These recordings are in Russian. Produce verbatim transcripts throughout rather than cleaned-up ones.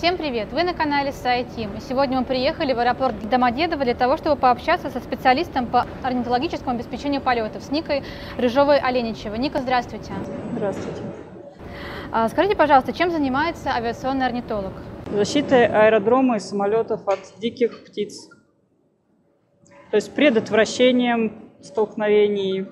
Всем привет! Вы на канале SkyTeam. Сегодня мы приехали в аэропорт Домодедово для того, чтобы пообщаться со специалистом по орнитологическому обеспечению полетов, с Никой Рыжовой-Оленичевой. Ника, здравствуйте. Здравствуйте. Скажите, пожалуйста, чем занимается авиационный орнитолог? Защитой аэродрома и самолетов от диких птиц. То есть предотвращением столкновений,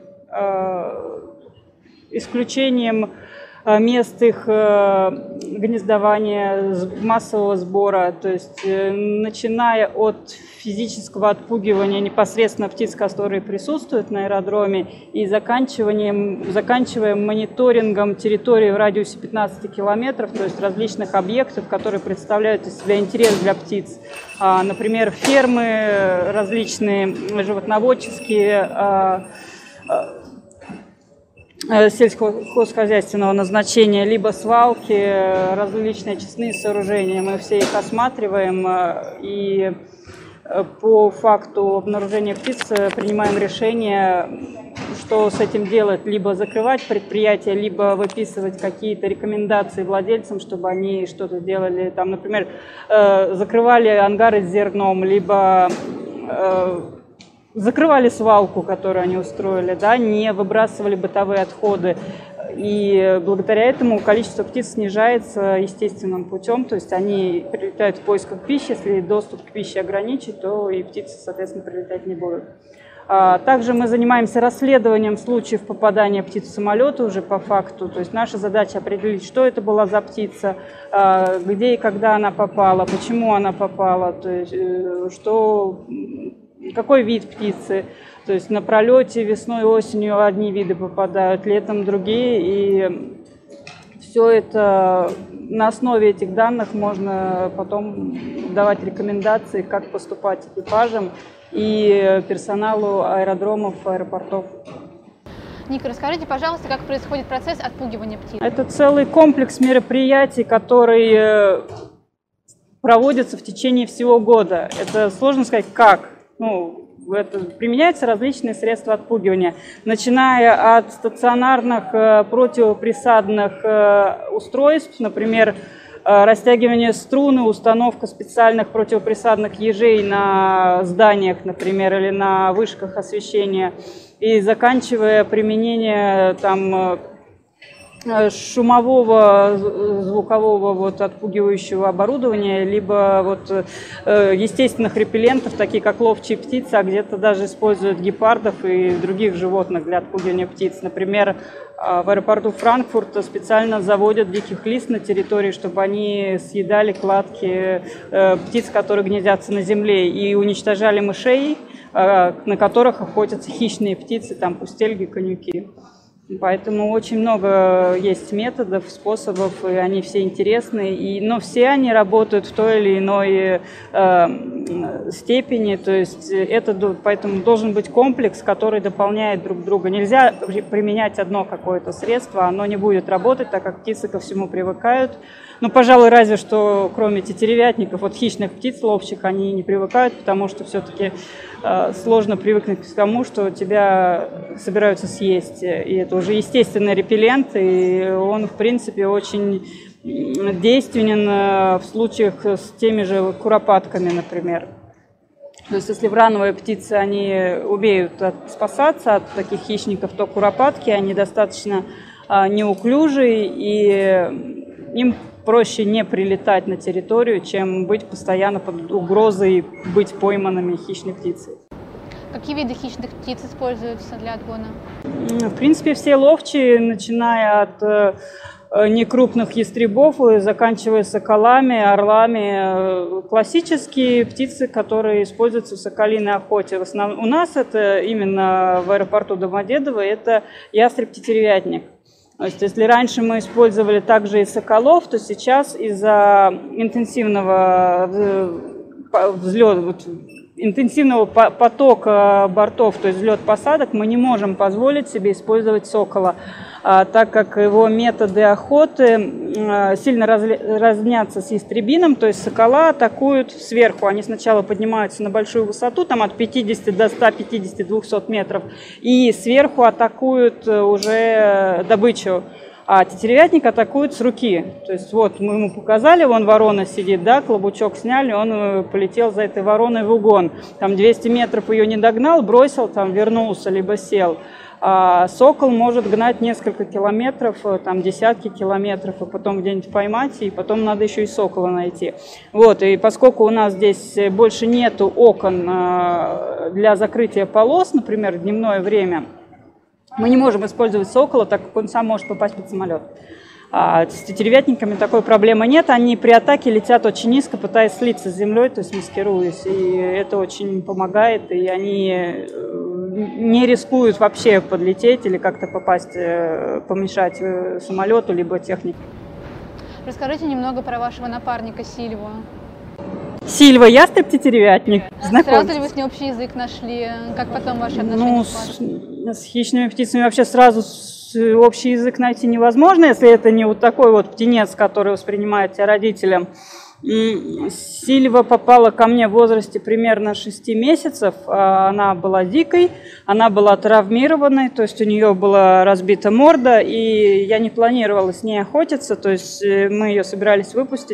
исключением мест их гнездования, массового сбора, то есть начиная от физического отпугивания непосредственно птиц, которые присутствуют на аэродроме, и заканчиванием, заканчивая мониторингом территории в радиусе пятнадцати километров, то есть различных объектов, которые представляют из себя интерес для птиц. Например, фермы различные, животноводческие, сельскохозяйственного назначения, либо свалки, различные очистные сооружения. Мы все их осматриваем и по факту обнаружения птиц принимаем решение, что с этим делать. Либо закрывать предприятие, либо выписывать какие-то рекомендации владельцам, чтобы они что-то делали. Там, например, закрывали ангары с зерном, либо закрывали свалку, которую они устроили, да, не выбрасывали бытовые отходы. И благодаря этому количество птиц снижается естественным путем, то есть они прилетают в поисках пищи, если доступ к пище ограничить, то и птицы, соответственно, прилетать не будут. Также мы занимаемся расследованием случаев попадания птиц в самолеты уже по факту, то есть наша задача определить, что это была за птица, где и когда она попала, почему она попала, то есть что... какой вид птицы, то есть на пролете весной и осенью одни виды попадают, летом другие, и все это на основе этих данных можно потом давать рекомендации, как поступать экипажам и персоналу аэродромов, аэропортов. Ника, расскажите, пожалуйста, как происходит процесс отпугивания птиц? Это целый комплекс мероприятий, который проводится в течение всего года. Это сложно сказать, как. Ну, это, применяются различные средства отпугивания, начиная от стационарных э, противоприсадных э, устройств, например, э, растягивание струны, установка специальных противоприсадных ежей на зданиях, например, или на вышках освещения, и заканчивая применение там, шумового, звукового вот, отпугивающего оборудования, либо вот, э, естественных репеллентов, такие как ловчие птицы, а где-то даже используют гепардов и других животных для отпугивания птиц. Например, в аэропорту Франкфурта специально заводят диких лис на территории, чтобы они съедали кладки э, птиц, которые гнездятся на земле, и уничтожали мышей, э, на которых охотятся хищные птицы, там пустельги, конюки. Поэтому очень много есть методов, способов, и они все интересны, и, но все они работают в той или иной э, степени, то есть это, поэтому должен быть комплекс, который дополняет друг друга. Нельзя применять одно какое-то средство, оно не будет работать, так как птицы ко всему привыкают. Ну, пожалуй, разве что кроме тетеревятников, от хищных птиц ловчих они не привыкают, потому что все-таки э, сложно привыкнуть к тому, что тебя собираются съесть. И это уже естественный репеллент, и он, в принципе, очень действенен в случаях с теми же куропатками, например. То есть, если врановые птицы, они умеют от, спасаться от таких хищников, то куропатки, они достаточно э, неуклюжие, и им проще не прилетать на территорию, чем быть постоянно под угрозой быть пойманными хищной птицей. Какие виды хищных птиц используются для отгона? В принципе, все ловчие, начиная от э, некрупных ястребов и заканчивая соколами, орлами. Классические птицы, которые используются в соколиной охоте. В основном, у нас это именно в аэропорту Домодедово, это ястреб-тетеревятник. То есть, если раньше мы использовали также и соколов, то сейчас из-за интенсивного взлета, интенсивного потока бортов, то есть взлет-посадок, мы не можем позволить себе использовать сокола, так как его методы охоты сильно разнятся с ястребиным, то есть сокола атакуют сверху. Они сначала поднимаются на большую высоту, там от пятидесяти до ста пятидесяти — двухсот метров, и сверху атакуют уже добычу. А тетеревятник атакует с руки. То есть вот мы ему показали, вон ворона сидит, да, клобучок сняли, он полетел за этой вороной в угон. Там двести метров ее не догнал, бросил, там вернулся, либо сел. А сокол может гнать несколько километров, там десятки километров, и потом где-нибудь поймать, и потом надо еще и сокола найти. Вот, и поскольку у нас здесь больше нету окон для закрытия полос, например, в дневное время, мы не можем использовать сокола, так как он сам может попасть под самолет. А с тетеревятниками такой проблемы нет. Они при атаке летят очень низко, пытаясь слиться с землей, то есть маскируясь. И это очень помогает. И они не рискуют вообще подлететь или как-то попасть, помешать самолету, либо технике. Расскажите немного про вашего напарника Сильву. Сильва, ястреб тетеревятник. Сразу ли вы с ним общий язык нашли? Как потом ваши отношения? Ну, с, с хищными птицами вообще сразу общий язык найти невозможно, если это не вот такой вот птенец, который воспринимает тебя родителям. Сильва попала ко мне в возрасте примерно шести месяцев. Она была дикой, она была травмированной, то есть у нее была разбита морда, и я не планировала с ней охотиться, то есть мы ее собирались выпустить.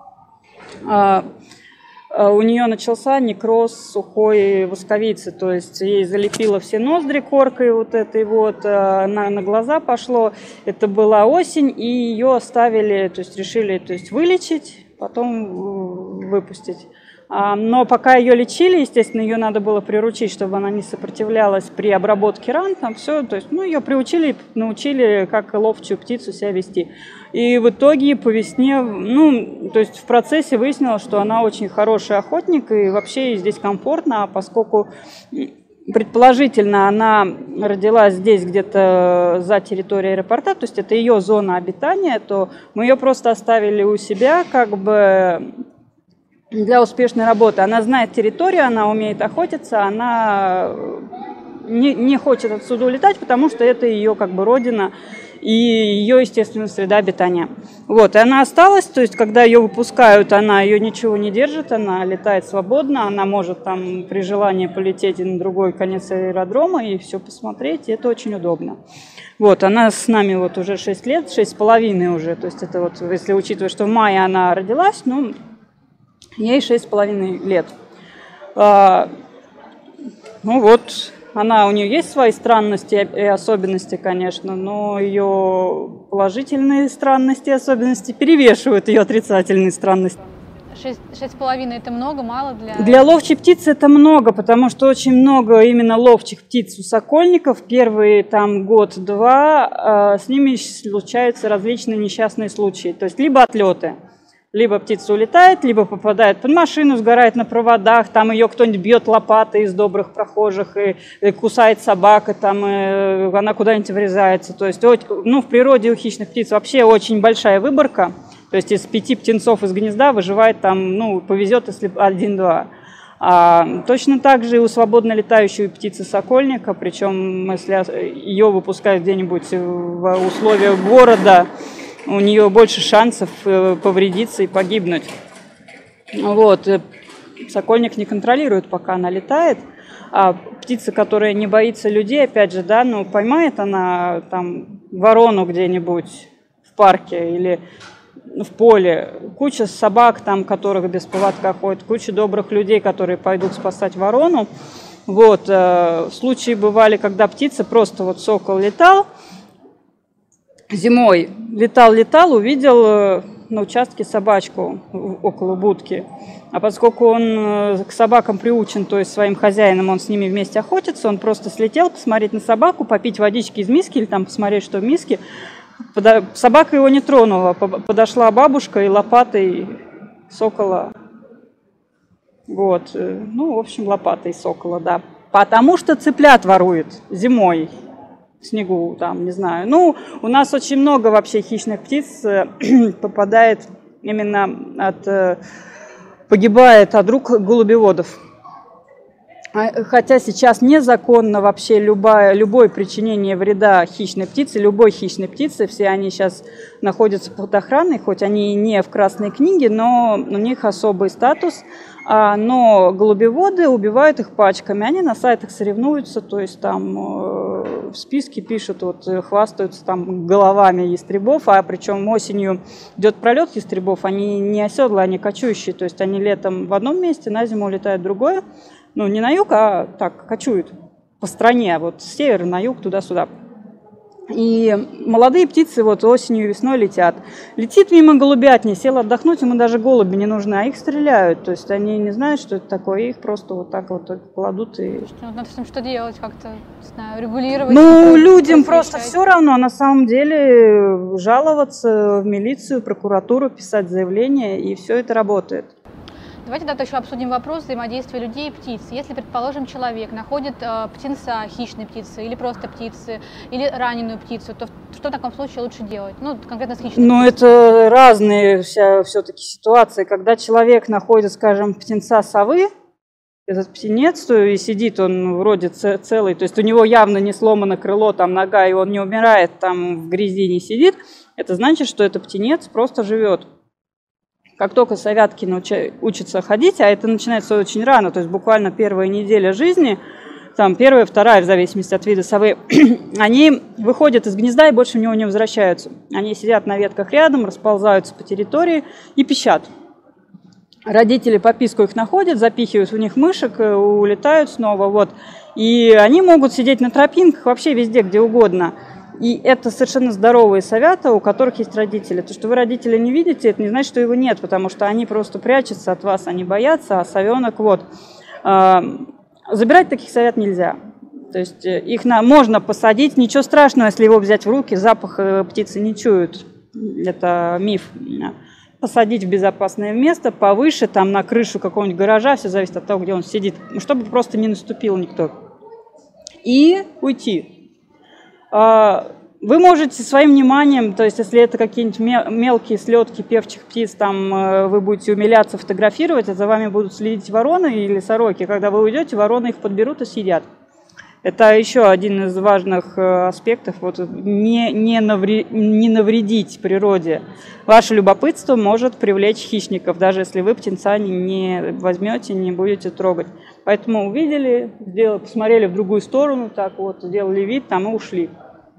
У нее начался некроз сухой восковицы, то есть ей залепило все ноздри коркой вот этой вот, на, на глаза пошло. Это была осень, и ее оставили, то есть решили, то есть вылечить, потом выпустить. Но пока ее лечили, естественно, ее надо было приручить, чтобы она не сопротивлялась при обработке ран, там все, то есть, ну, ее приучили, научили, как ловчую птицу себя вести. И в итоге по весне, ну, то есть в процессе выяснилось, что она очень хороший охотник, и вообще ей здесь комфортно, а поскольку предположительно она родилась здесь где-то за территорией аэропорта, то есть это ее зона обитания, то мы ее просто оставили у себя, как бы для успешной работы. Она знает территорию, она умеет охотиться, она не, не хочет отсюда улетать, потому что это ее как бы родина и ее, естественно, среда обитания. Вот, и она осталась, то есть когда ее выпускают, она ее ничего не держит, она летает свободно, она может там при желании полететь и на другой конец аэродрома и все посмотреть, и это очень удобно. Вот, она с нами вот уже шесть лет, шесть с половиной уже, то есть это вот, если учитывать, что в мае она родилась, ну, ей шесть с половиной лет. А, ну вот, она, у нее есть свои странности и особенности, конечно, но ее положительные странности и особенности перевешивают ее отрицательные странности. Шесть с половиной это много, мало для... Для ловчей птицы это много, потому что очень много именно ловчих птиц у сокольников. Первый там год-два э, с ними случаются различные несчастные случаи, то есть либо отлеты. Либо птица улетает, либо попадает под машину, сгорает на проводах, там ее кто-нибудь бьет лопатой из добрых прохожих, и, и кусает собака, там, и она куда-нибудь врезается. То есть, ну, в природе у хищных птиц вообще очень большая выборка. То есть из пяти птенцов из гнезда выживает там, ну, повезет, если один-два. А, точно так же и у свободно летающей птицы сокольника, причем если ее выпускают где-нибудь в условиях города, у нее больше шансов повредиться и погибнуть. Вот. Сокольник не контролирует, пока она летает. А птица, которая не боится людей, опять же, да, ну, поймает она там ворону где-нибудь в парке или в поле, куча собак, там, которых без поводка ходят, куча добрых людей, которые пойдут спасать ворону. Вот. Случаи бывали, когда птица, просто вот сокол летал, зимой летал-летал, увидел на участке собачку около будки. А поскольку он к собакам приучен, то есть своим хозяином, он с ними вместе охотится, он просто слетел посмотреть на собаку, попить водички из миски или там посмотреть, что в миске. Собака его не тронула. Подошла бабушка и лопатой сокола. Вот. Ну, в общем, лопатой сокола, да. Потому что цыплят ворует зимой. В снегу, там, не знаю. Ну, у нас очень много вообще хищных птиц попадает именно от, погибает от рук голубеводов. Хотя сейчас незаконно вообще любое, любое причинение вреда хищной птице, любой хищной птице, все они сейчас находятся под охраной, хоть они и не в Красной книге, но у них особый статус. Но голубеводы убивают их пачками, они на сайтах соревнуются, то есть там в списке пишут, вот, хвастаются там головами ястребов, а причем осенью идет пролет ястребов, они не оседлые, они кочующие, то есть они летом в одном месте, на зиму улетают в другое, ну не на юг, а так кочуют по стране, вот с севера на юг, туда-сюда. И молодые птицы вот осенью и весной летят. Летит мимо голубятни, сел отдохнуть, ему даже голуби не нужны, а их стреляют. То есть они не знают, что это такое, их просто вот так вот кладут. И... Надо с ним что делать, как-то, не знаю, регулировать? Ну, людям просто все равно, на самом деле, жаловаться в милицию, прокуратуру, писать заявление, и все это работает. Давайте тогда еще обсудим вопрос взаимодействия людей и птиц. Если, предположим, человек находит э, птенца хищной птицы, или просто птицы, или раненую птицу, то что в таком случае лучше делать? Ну, конкретно с хищной Ну, птицей. это разные вся, все-таки ситуации. Когда человек находит, скажем, птенца совы, этот птенец, то и сидит он вроде целый, то есть у него явно не сломано крыло, там нога, и он не умирает, там в грязи не сидит, это значит, что этот птенец просто живет. Как только совятки учатся ходить, а это начинается очень рано, то есть буквально первая неделя жизни, там первая, вторая, в зависимости от вида совы, они выходят из гнезда и больше в него не возвращаются. Они сидят на ветках рядом, расползаются по территории и пищат. Родители по писку их находят, запихивают в них мышек, улетают снова. Вот. И они могут сидеть на тропинках вообще везде, где угодно. И это совершенно здоровые совята, у которых есть родители. То, что вы родителя не видите, это не значит, что его нет, потому что они просто прячутся от вас, они боятся, а совенок вот. Забирать таких совят нельзя. То есть их на, можно посадить, ничего страшного, если его взять в руки, запах птицы не чуют. Это миф. Посадить в безопасное место, повыше, там на крышу какого-нибудь гаража, все зависит от того, где он сидит, чтобы просто не наступил никто. И уйти. Вы можете своим вниманием, то есть если это какие-нибудь мелкие слетки певчих птиц, там вы будете умиляться, фотографировать, а за вами будут следить вороны или сороки. Когда вы уйдете, вороны их подберут и съедят. Это еще один из важных аспектов, вот, не, не, навре, не навредить природе. Ваше любопытство может привлечь хищников, даже если вы птенца не, не возьмете, не будете трогать. Поэтому увидели, сделали, посмотрели в другую сторону, так вот, сделали вид, там и ушли.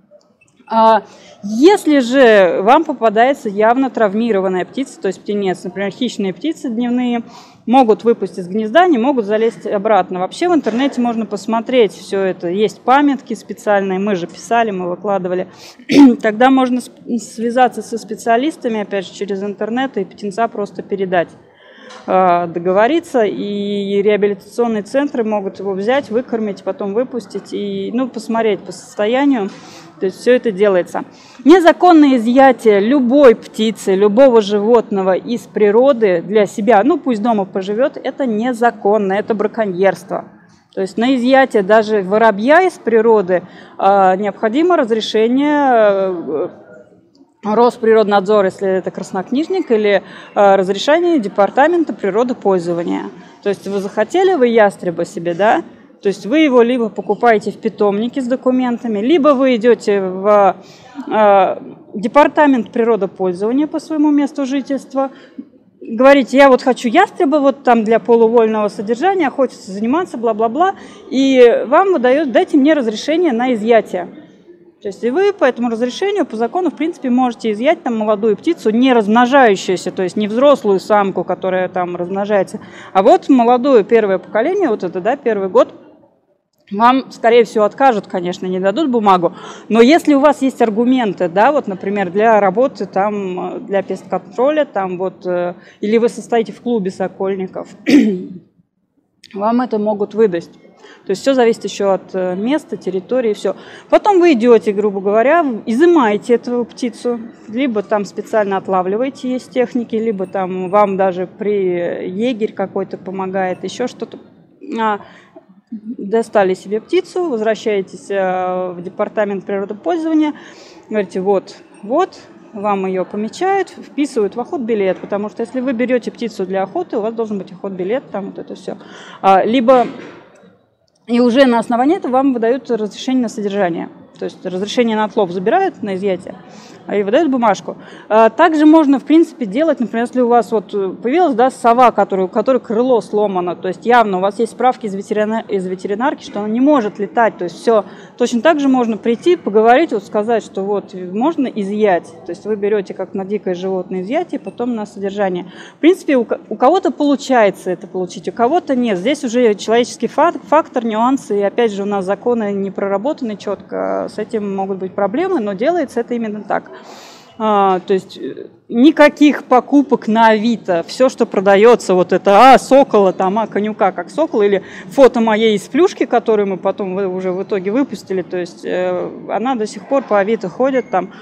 А если же вам попадается явно травмированная птица, то есть птенец, например, хищные птицы дневные, могут выпасть из гнезда, не могут залезть обратно. Вообще в интернете можно посмотреть все это. Есть памятки специальные, мы же писали, мы выкладывали. Тогда можно связаться со специалистами, опять же, через интернет, и птенца просто передать, договориться, и реабилитационные центры могут его взять, выкормить, потом выпустить и, ну, посмотреть по состоянию. То есть все это делается. Незаконное изъятие любой птицы, любого животного из природы для себя, ну пусть дома поживет, это незаконно, это браконьерство. То есть на изъятие даже воробья из природы э, необходимо разрешение э, Росприроднадзора, если это краснокнижник, или э, разрешение департамента природопользования. То есть вы захотели, вы ястреба себе, да? То есть вы его либо покупаете в питомнике с документами, либо вы идете в э, департамент природопользования по своему месту жительства, говорите, я вот хочу ястреба вот там для полувольного содержания, хочется заниматься, бла-бла-бла, и вам выдают, дайте мне разрешение на изъятие. То есть и вы по этому разрешению, по закону, в принципе, можете изъять там молодую птицу, не размножающуюся, то есть не взрослую самку, которая там размножается, а вот молодое первое поколение, вот это, да, первый год, вам, скорее всего, откажут, конечно, не дадут бумагу, но если у вас есть аргументы, да, вот, например, для работы, там, для пестконтроля, там, вот, или вы состоите в клубе сокольников, вам это могут выдать. То есть все зависит еще от места, территории, все. Потом вы идете, грубо говоря, изымаете эту птицу, либо там специально отлавливаете, есть техники, либо там вам даже при егерь какой-то помогает, еще что-то. Достали себе птицу, возвращаетесь в департамент природопользования, говорите, вот, вот, вам ее помечают, вписывают в охотбилет, потому что если вы берете птицу для охоты, у вас должен быть охотбилет, там вот это все. Либо, и уже на основании этого вам выдают разрешение на содержание. то есть разрешение на отлов забирают на изъятие и выдают бумажку. Также можно, в принципе, делать, например, если у вас вот появилась, да, сова, которая, у которой крыло сломано, то есть явно у вас есть справки из, ветерина, из ветеринарки, что она не может летать, то есть все. Точно так же можно прийти, поговорить, вот сказать, что вот можно изъять, то есть вы берете как на дикое животное изъятие, потом на содержание. В принципе, у, у кого-то получается это получить, у кого-то нет. Здесь уже человеческий фактор, нюансы, и опять же у нас законы не проработаны четко, с этим могут быть проблемы, но делается это именно так. А, то есть никаких покупок на Авито, все, что продается, вот это, а, сокола, там, а, конюка, как сокол, или фото моей из плюшки, которую мы потом уже в итоге выпустили, то есть э, она до сих пор по Авито ходит, там,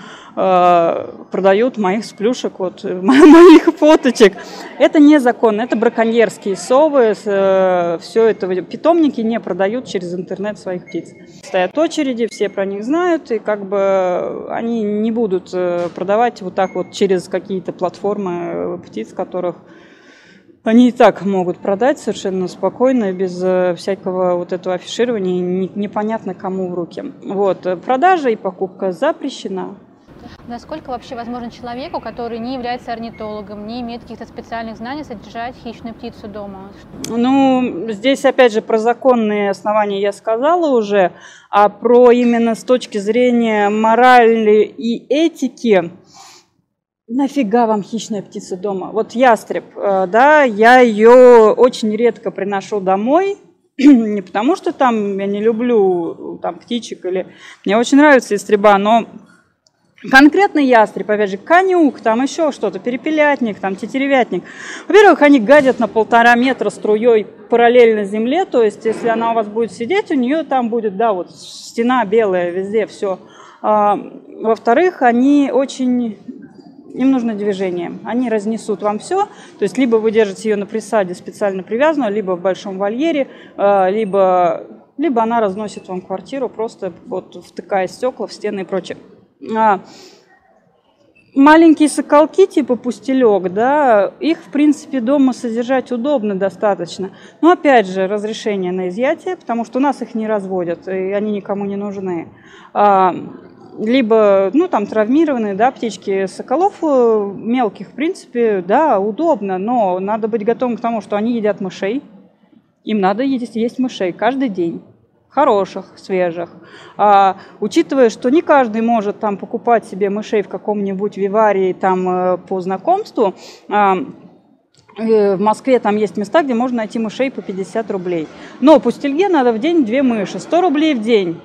э, продают моих сплюшек, вот, моих фоточек. Это незаконно, это браконьерские совы, э, все это, питомники не продают через интернет своих птиц. Стоят очереди, все про них знают, и как бы они не будут продавать вот так вот через какие-то платформы птиц, которых они и так могут продать совершенно спокойно, без всякого вот этого афиширования, непонятно кому в руки. Вот. Продажа и покупка запрещена. Насколько вообще возможно человеку, который не является орнитологом, не имеет каких-то специальных знаний, содержать хищную птицу дома? Ну, здесь опять же про законные основания я сказала уже, а про именно с точки зрения морали и этики, нафига вам хищная птица дома? Вот ястреб, да, я ее очень редко приношу домой, не потому что там я не люблю там птичек, или мне очень нравится ястреба, но конкретно ястреб, опять же, конюк, там еще что-то, перепелятник, там тетеревятник. Во-первых, они гадят на полтора метра струей параллельно земле, то есть если она у вас будет сидеть, у нее там будет, да, вот стена белая, везде все. А, во-вторых, они очень... Им нужно движение, они разнесут вам все, то есть либо вы держите ее на присаде специально привязанную, либо в большом вольере, либо, либо она разносит вам квартиру, просто вот втыкая стекла в стены и прочее. Маленькие соколки типа пустелек, да, их в принципе дома содержать удобно достаточно, но опять же разрешение на изъятие, потому что у нас их не разводят, и они никому не нужны. Либо, ну, там, травмированные, да, птички, соколов мелких, в принципе, да, удобно, но надо быть готовым к тому, что они едят мышей, им надо есть, есть мышей каждый день, хороших, свежих. А, учитывая, что не каждый может там покупать себе мышей в каком-нибудь виварии там по знакомству, а, в Москве там есть места, где можно найти мышей по пятьдесят рублей. Но пустельге надо в день две мыши, сто рублей в день.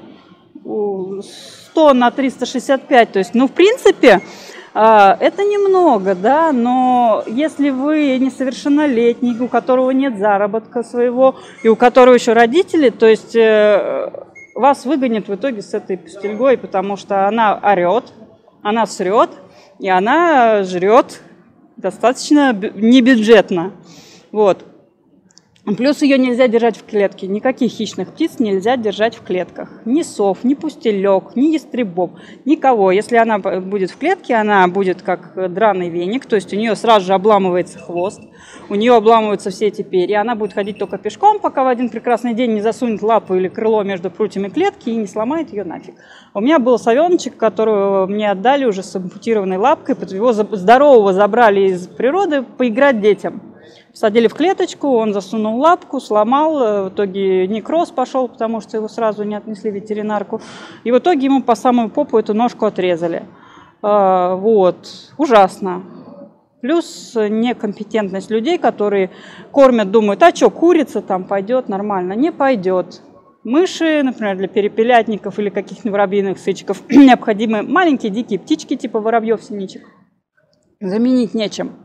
сто на триста шестьдесят пять, то есть, ну, в принципе, это немного, да, но если вы несовершеннолетний, у которого нет заработка своего, и у которого еще родители, то есть вас выгонят в итоге с этой пустельгой, потому что она орет, она срет, и она жрет достаточно небюджетно, вот. Плюс ее нельзя держать в клетке. Никаких хищных птиц нельзя держать в клетках. Ни сов, ни пустелек, ни ястребов, никого. Если она будет в клетке, она будет как драный веник, то есть у нее сразу же обламывается хвост, у нее обламываются все эти перья, она будет ходить только пешком, пока в один прекрасный день не засунет лапу или крыло между прутьями клетки и не сломает ее нафиг. У меня был совеночек, которого мне отдали уже с ампутированной лапкой, его здорового забрали из природы поиграть детям. Садили в клеточку, он засунул лапку, сломал, в итоге некроз пошел, потому что его сразу не отнесли в ветеринарку. И в итоге ему по самую попу эту ножку отрезали. Вот, ужасно. Плюс некомпетентность людей, которые кормят, думают, а что, курица там пойдет нормально. Не пойдет. Мыши, например, для перепелятников или каких-нибудь воробьиных сычков необходимы маленькие дикие птички типа воробьев, синичек. Заменить нечем.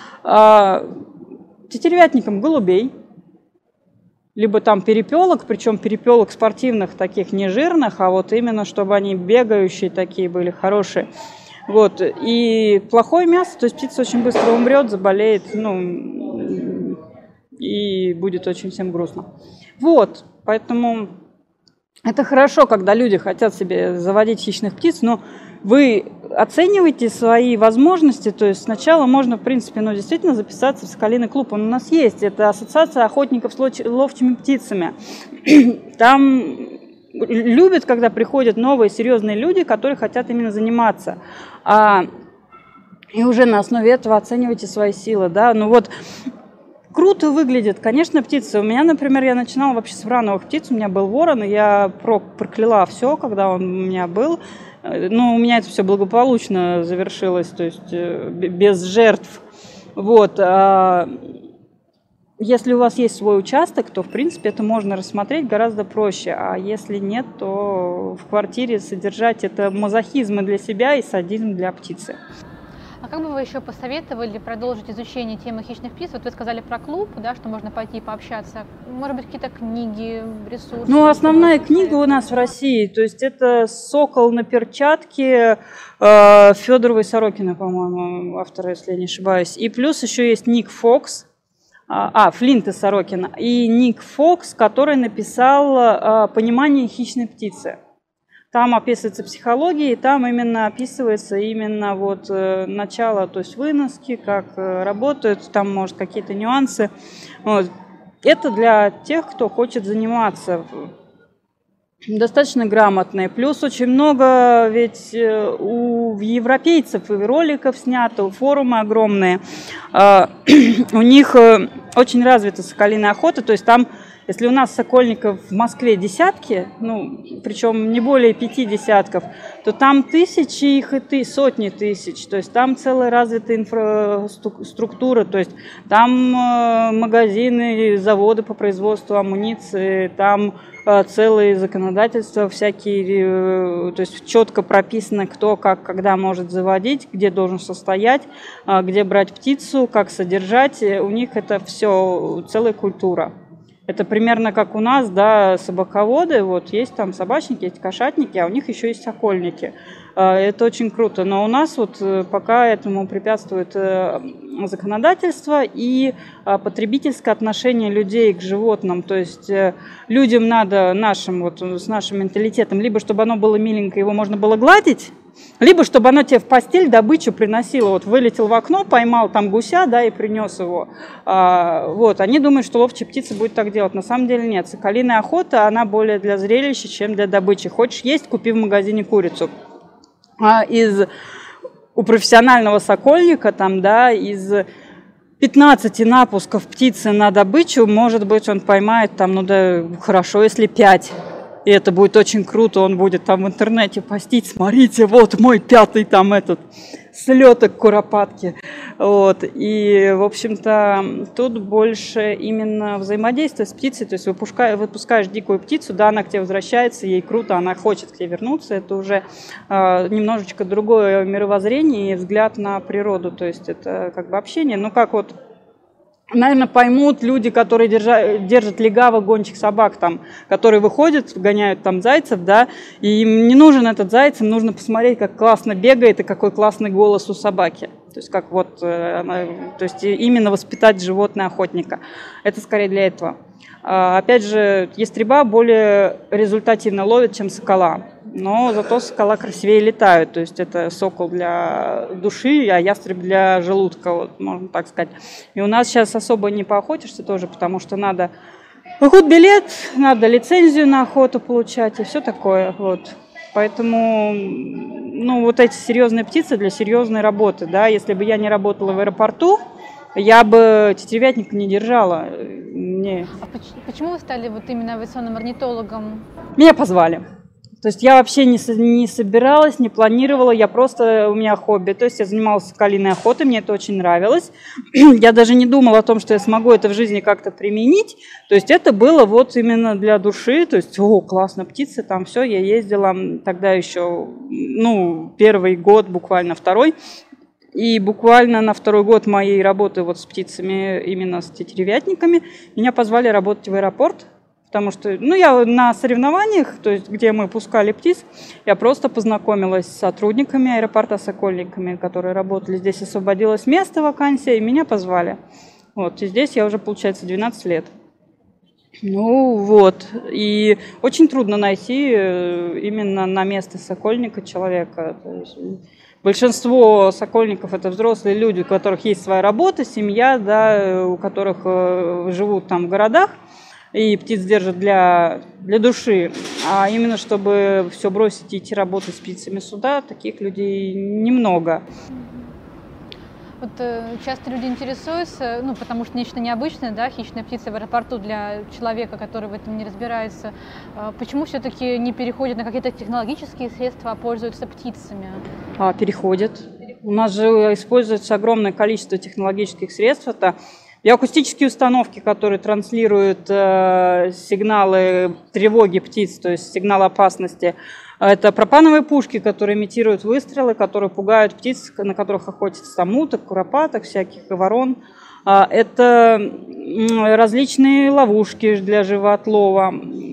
Тетеревятникам голубей, либо там перепелок, причем перепелок спортивных, таких не жирных, а вот именно, чтобы они бегающие такие были, хорошие. Вот. И плохое мясо, то есть птица очень быстро умрет, заболеет, ну, и будет очень всем грустно. Вот, поэтому это хорошо, когда люди хотят себе заводить хищных птиц, но вы оцениваете свои возможности, то есть сначала можно, в принципе, ну, действительно записаться в Соколиный клуб, он у нас есть, это ассоциация охотников с ловчими птицами. Там любят, когда приходят новые серьезные люди, которые хотят именно заниматься. А, и уже на основе этого оценивайте свои силы. Да? Ну вот, круто выглядит, конечно, птицы. У меня, например, я начинала вообще с врановых птиц, у меня был ворон, и я прокляла все, когда он у меня был. Но у меня это все благополучно завершилось, то есть без жертв. Вот. Если у вас есть свой участок, то, в принципе, это можно рассмотреть гораздо проще. А если нет, то в квартире содержать это мазохизм и для себя и садизм для птицы. А как бы вы еще посоветовали продолжить изучение темы хищных птиц? Вот вы сказали про клуб, да, что можно пойти пообщаться. Может быть, какие-то книги, ресурсы? Ну, основная книга у нас в России, то есть это «Сокол на перчатке» э, Федорова и Сорокина, по-моему, автора, если я не ошибаюсь. И плюс еще есть Ник Фокс, а, Флинт и Сорокина, и Ник Фокс, который написал э, «Понимание хищной птицы». Там описывается психология, и там именно описывается именно вот э, начало, то есть выноски, как э, работают, там, может, какие-то нюансы. Вот. Это для тех, кто хочет заниматься. Достаточно грамотные. Плюс очень много ведь у европейцев и роликов снято, форумы огромные. Э, у них э, очень развита соколиная охота, то есть там, если у нас сокольников в Москве десятки, ну, причем не более пяти десятков, то там тысячи их и ты, сотни тысяч. То есть там целая развитая инфраструктура, то есть там э, магазины, заводы по производству амуниции, там э, целые законодательства всякие, э, то есть четко прописано, кто, как, когда может заводить, где должен состоять, э, где брать птицу, как содержать. У них это все целая культура. Это примерно как у нас, да, собаководы, вот есть там собачники, есть кошатники, а у них еще есть сокольники. Это очень круто. Но у нас вот пока этому препятствует законодательство и потребительское отношение людей к животным. То есть людям надо нашим, вот с нашим менталитетом, либо чтобы оно было миленькое, его можно было гладить, либо чтобы оно тебе в постель добычу приносило. Вот вылетел в окно, поймал там гуся, да, и принес его. А, вот, они думают, что ловчая птица будет так делать. На самом деле нет. Соколиная охота, она более для зрелища, чем для добычи. Хочешь есть, купи в магазине курицу. А из, у профессионального сокольника, там, да, из пятнадцати напусков птицы на добычу, может быть, он поймает там, ну да, хорошо, если пять. И это будет очень круто, он будет там в интернете постить, смотрите, вот мой пятый там этот слеток куропатки. Вот. И, в общем-то, тут больше именно взаимодействие с птицей, то есть выпускаешь, выпускаешь дикую птицу, да, она к тебе возвращается, ей круто, она хочет к тебе вернуться, это уже э, немножечко другое мировоззрение и взгляд на природу, то есть это как бы общение, ну как вот, наверное, поймут люди, которые держат, держат легавых гончих собак, там, которые выходят, гоняют там зайцев, да, и им не нужен этот заяц, им нужно посмотреть, как классно бегает и какой классный голос у собаки. То есть, как вот, она, то есть именно воспитать животное охотника. Это скорее для этого. А, опять же, ястреба более результативно ловят, чем сокола. Но зато сокола красивее летают. То есть это сокол для души, а ястреб для желудка, вот, можно так сказать. И у нас сейчас особо не поохотишься тоже, потому что надо охотбилет, надо лицензию на охоту получать и все такое. Вот. Поэтому, ну, вот эти серьезные птицы для серьезной работы. Да? Если бы я не работала в аэропорту, я бы тетеревятника не держала. Не. А почему вы стали вот именно авиационным орнитологом? Меня позвали. То есть я вообще не, не собиралась, не планировала, я просто, у меня хобби. То есть я занималась соколиной охотой, мне это очень нравилось. Я даже не думала о том, что я смогу это в жизни как-то применить. То есть это было вот именно для души. То есть, о, классно, птицы, там все. Я ездила тогда еще, ну, первый год, буквально второй. И буквально на второй год моей работы вот с птицами, именно с тетеревятниками, меня позвали работать в аэропорт. Потому что, ну, я на соревнованиях, то есть, где мы пускали птиц, я просто познакомилась с сотрудниками аэропорта, сокольниками, которые работали здесь, освободилось место, вакансия, и меня позвали. Вот, и здесь я уже, получается, двенадцать лет. Ну, вот, и очень трудно найти именно на место сокольника человека. То есть, большинство сокольников – это взрослые люди, у которых есть своя работа, семья, да, у которых живут там в городах. и птиц держат для, для души, а именно чтобы все бросить и идти работать с птицами сюда, таких людей немного. Вот э, часто люди интересуются, ну, потому что нечто необычное, да, хищная птица в аэропорту для человека, который в этом не разбирается. Э, почему все-таки не переходят на какие-то технологические средства, а пользуются птицами? А, переходят. У нас же используется огромное количество технологических средств. Это биоакустические установки, которые транслируют э, сигналы тревоги птиц, то есть сигнал опасности. Это пропановые пушки, которые имитируют выстрелы, которые пугают птиц, на которых охотятся там уток, куропаток, всяких ворон. Это различные ловушки для живоотлова.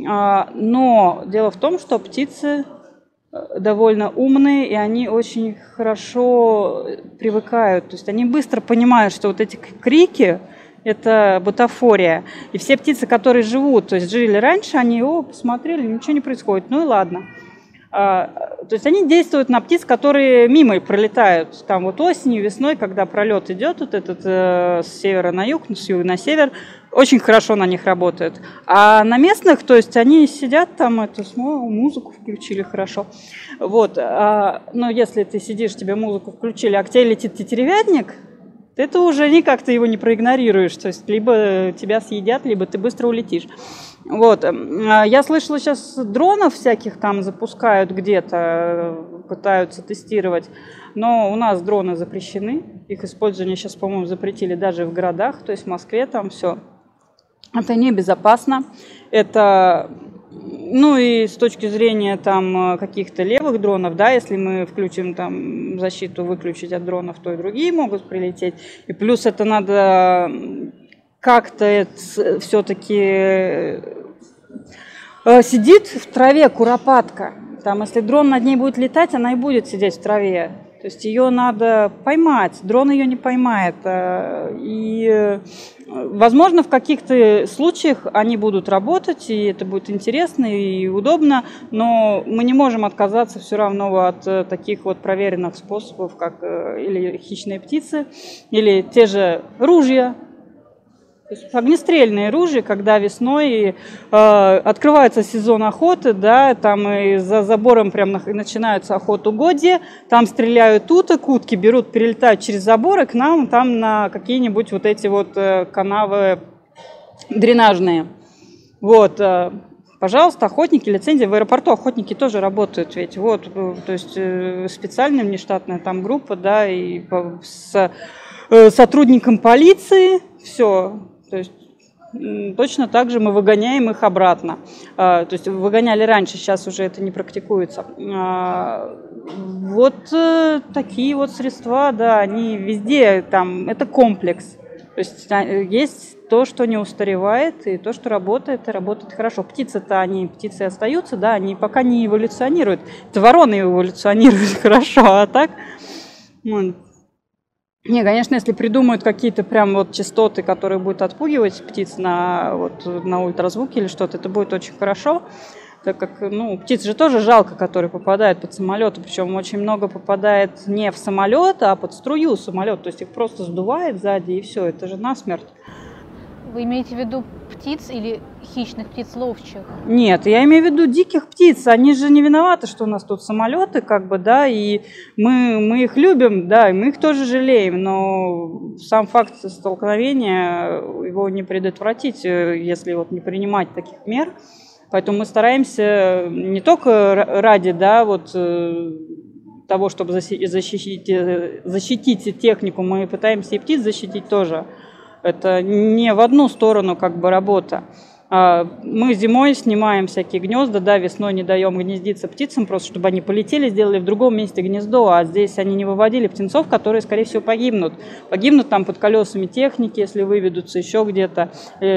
Но дело в том, что птицы довольно умные, и они очень хорошо привыкают. То есть они быстро понимают, что вот эти крики – это бутафория. И все птицы, которые живут, то есть жили раньше, они, о, посмотрели, ничего не происходит, ну и ладно. То есть они действуют на птиц, которые мимо пролетают. Там вот осенью, весной, когда пролет идет вот этот э, с севера на юг, с юга на север, очень хорошо на них работают. А на местных, то есть они сидят там, эту музыку включили хорошо. Вот. А, но если ты сидишь, тебе музыку включили, а к тебе летит тетеревятник, ты уже никак ты его не проигнорируешь. То есть либо тебя съедят, либо ты быстро улетишь. Вот. Я слышала, сейчас дронов всяких там запускают где-то, пытаются тестировать, но у нас дроны запрещены. Их использование сейчас, по-моему, запретили даже в городах, то есть в Москве там все. Это небезопасно. Это, ну и с точки зрения там каких-то левых дронов, да, если мы включим там защиту, выключить от дронов, то и другие могут прилететь. И плюс это надо как-то все-таки сидит в траве куропатка. Там, если дрон над ней будет летать, она и будет сидеть в траве. То есть ее надо поймать. Дрон ее не поймает. И, возможно, в каких-то случаях они будут работать, и это будет интересно и удобно, но мы не можем отказаться все равно от таких вот проверенных способов, как или хищные птицы, или те же ружья. То есть огнестрельные ружья, когда весной э, открывается сезон охоты, да, там и за забором прям на, начинаются охотугодья, там стреляют уток, утки берут, перелетают через забор и к нам там на какие-нибудь вот эти вот э, канавы дренажные. Вот, э, пожалуйста, охотники, лицензия, в аэропорту охотники тоже работают, ведь вот, то есть э, специальная внештатная там группа, да, и по, с э, сотрудником полиции, все. То есть точно так же мы выгоняем их обратно. То есть выгоняли раньше, сейчас уже это не практикуется. Вот такие вот средства, да, они везде, там, это комплекс. То есть есть то, что не устаревает, и то, что работает, и работает хорошо. Птицы-то, они, птицы остаются, да, они пока не эволюционируют. Это вороны эволюционируют хорошо, а так... Не, конечно, если придумают какие-то прям вот частоты, которые будут отпугивать птиц на, вот, на ультразвуке или что-то, это будет очень хорошо, так как, ну, птиц же тоже жалко, которые попадают под самолеты, причем очень много попадает не в самолет, а под струю самолета, то есть их просто сдувает сзади и все, это же насмерть. Вы имеете в виду птиц или хищных птиц ловчих? Нет, я имею в виду диких птиц. Они же не виноваты, что у нас тут самолеты, как бы, да, и мы, мы их любим, да, и мы их тоже жалеем, но сам факт столкновения, его не предотвратить, если вот не принимать таких мер. Поэтому мы стараемся не только ради, да, вот того, чтобы защитить, защитить технику, мы пытаемся и птиц защитить тоже. Это не в одну сторону как бы работа. Мы зимой снимаем всякие гнезда, да, весной не даем гнездиться птицам, просто чтобы они полетели, сделали в другом месте гнездо, а здесь они не выводили птенцов, которые, скорее всего, погибнут. Погибнут там под колесами техники, если выведутся еще где-то.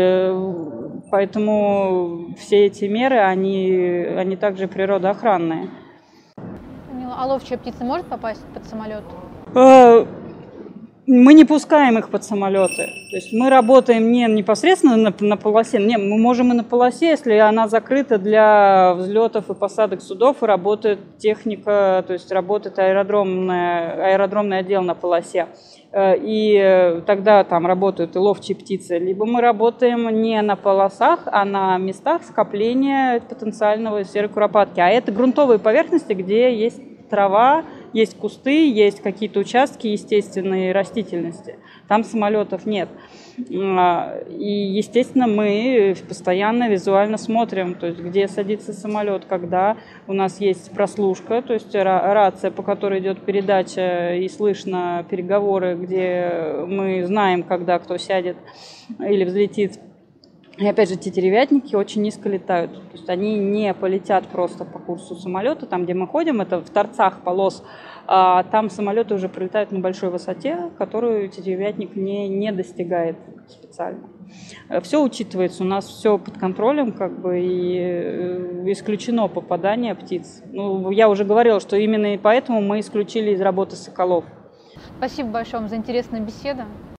Поэтому все эти меры, они, они также природоохранные. А ловчая птица может попасть под самолет? Мы не пускаем их под самолеты. То есть мы работаем не непосредственно на, на полосе, не, мы можем и на полосе, если она закрыта для взлетов и посадок судов, и работает техника, то есть работает аэродромная, аэродромный отдел на полосе. И тогда там работают и ловчие птицы. Либо мы работаем не на полосах, а на местах скопления потенциального серой куропатки. А это грунтовые поверхности, где есть трава, есть кусты, есть какие-то участки естественной растительности. Там самолетов нет. И, естественно, мы постоянно визуально смотрим, то есть где садится самолет, когда у нас есть прослушка, то есть рация, по которой идет передача и слышно переговоры, где мы знаем, когда кто сядет или взлетит. И опять же, тетеревятники очень низко летают. То есть они не полетят просто по курсу самолета, там, где мы ходим, это в торцах полос, а там самолеты уже пролетают на большой высоте, которую тетеревятник не, не достигает специально. Все учитывается, у нас все под контролем, как бы, и исключено попадание птиц. Ну, я уже говорила, что именно и поэтому мы исключили из работы соколов. Спасибо большое вам за интересную беседу.